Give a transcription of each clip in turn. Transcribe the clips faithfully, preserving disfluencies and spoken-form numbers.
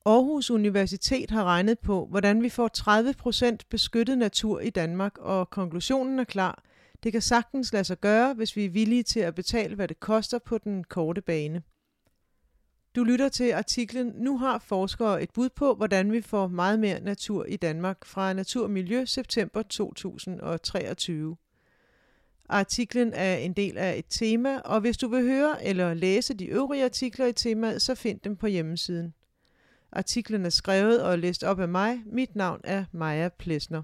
Aarhus Universitet har regnet på, hvordan vi får tredive procent beskyttet natur i Danmark, og konklusionen er klar. Det kan sagtens lade sig gøre, hvis vi er villige til at betale, hvad det koster på den korte bane. Du lytter til artiklen "Nu har forskere et bud på, hvordan vi får meget mere natur i Danmark" fra Natur og Miljø september to tusind og treogtyve. Artiklen er en del af et tema, og hvis du vil høre eller læse de øvrige artikler i temaet, så find dem på hjemmesiden. Artiklen er skrevet og læst op af mig. Mit navn er Maja Plesner.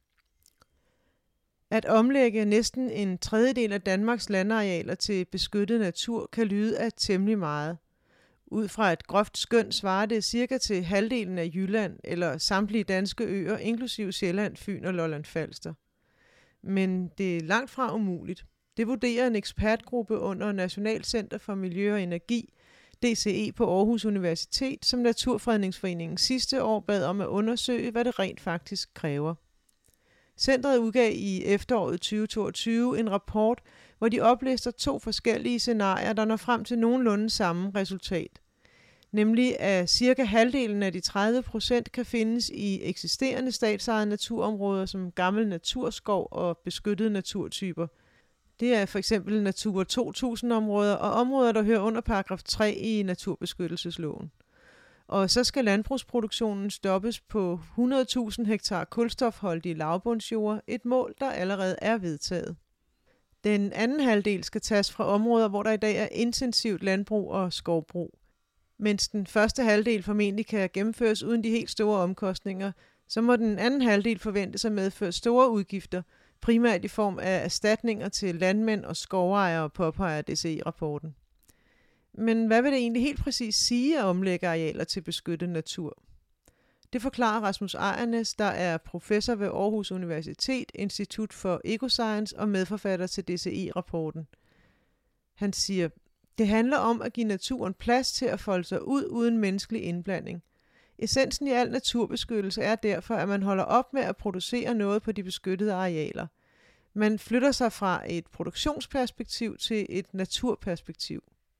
At omlægge næsten en tredjedel af Danmarks landarealer til beskyttet natur kan lyde af temmelig meget. Ud fra et groft skøn svarer det cirka til halvdelen af Jylland eller samtlige danske øer, inklusive Sjælland, Fyn og Lolland Falster. Men det er langt fra umuligt. Det vurderer en ekspertgruppe under Nationalcenter for Miljø og Energi, D C E på Aarhus Universitet, som Naturfredningsforeningen sidste år bad om at undersøge, hvad det rent faktisk kræver. Centret udgav i efteråret tyve toogtyve en rapport, hvor de oplister to forskellige scenarier, der når frem til nogenlunde samme resultat. Nemlig at cirka halvdelen af de tredive procent kan findes i eksisterende statsejede naturområder som gammel naturskov og beskyttede naturtyper. Det er for eksempel Natura to tusind områder og områder, der hører under paragraf tre i naturbeskyttelsesloven. Og så skal landbrugsproduktionen stoppes på hundrede tusind hektar kulstofholdige lavbundsjorde, et mål, der allerede er vedtaget. Den anden halvdel skal tages fra områder, hvor der i dag er intensivt landbrug og skovbrug. Mens den første halvdel formentlig kan gennemføres uden de helt store omkostninger, så må den anden halvdel forventes at medføre store udgifter, primært i form af erstatninger til landmænd og skovejere, påpeger D C E-rapporten. Men hvad vil det egentlig helt præcis sige at omlægge arealer til beskyttet natur? Det forklarer Rasmus Ejernes, der er professor ved Aarhus Universitet, Institut for Ecoscience og medforfatter til D C E-rapporten. Han siger, det handler om at give naturen plads til at folde sig ud uden menneskelig indblanding. Essensen i al naturbeskyttelse er derfor, at man holder op med at producere noget på de beskyttede arealer. Man flytter sig fra et produktionsperspektiv til et naturperspektiv.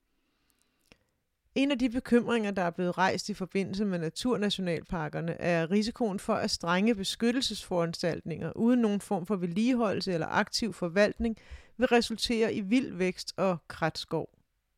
En af de bekymringer, der er blevet rejst i forbindelse med naturnationalparkerne, er risikoen for, at strenge beskyttelsesforanstaltninger uden nogen form for vedligeholdelse eller aktiv forvaltning vil resultere i vild vækst og kratskov.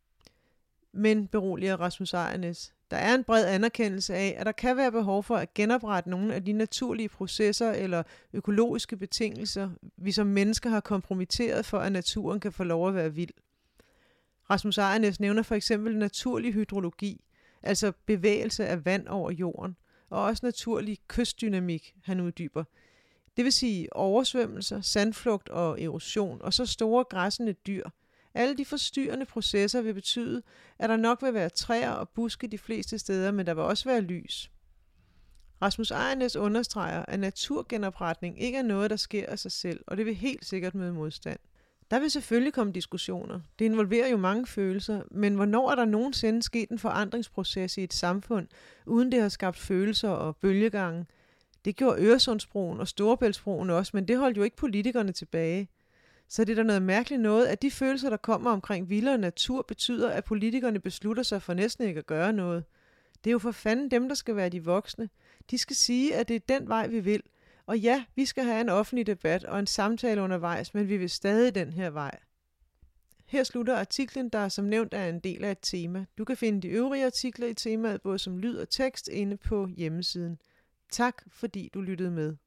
Men, beroliger Rasmus Ejernes, der er en bred anerkendelse af, at der kan være behov for at genoprette nogle af de naturlige processer eller økologiske betingelser, vi som mennesker har kompromitteret for, at naturen kan få lov at være vild. Rasmus Ejernes nævner for eksempel naturlig hydrologi, altså bevægelse af vand over jorden, og også naturlig kystdynamik, han uddyber. Det vil sige oversvømmelser, sandflugt og erosion, og så store græssende dyr. Alle de forstyrrende processer vil betyde, at der nok vil være træer og buske de fleste steder, men der vil også være lys. Rasmus Ejernes understreger, at naturgenopretning ikke er noget, der sker af sig selv, og det vil helt sikkert møde modstand. Der vil selvfølgelig komme diskussioner. Det involverer jo mange følelser, men hvornår er der nogensinde sket en forandringsproces i et samfund, uden det har skabt følelser og bølgegange? Det gjorde Øresundsbroen og Storebæltsbroen også, men det holdt jo ikke politikerne tilbage. Så det er der noget mærkeligt noget, at de følelser, der kommer omkring vildere natur, betyder, at politikerne beslutter sig for næsten ikke at gøre noget. Det er jo for fanden dem, der skal være de voksne. De skal sige, at det er den vej, vi vil. Og ja, vi skal have en offentlig debat og en samtale undervejs, men vi vil stadig den her vej. Her slutter artiklen, der som nævnt er en del af et tema. Du kan finde de øvrige artikler i temaet både som lyd og tekst inde på hjemmesiden. Tak fordi du lyttede med.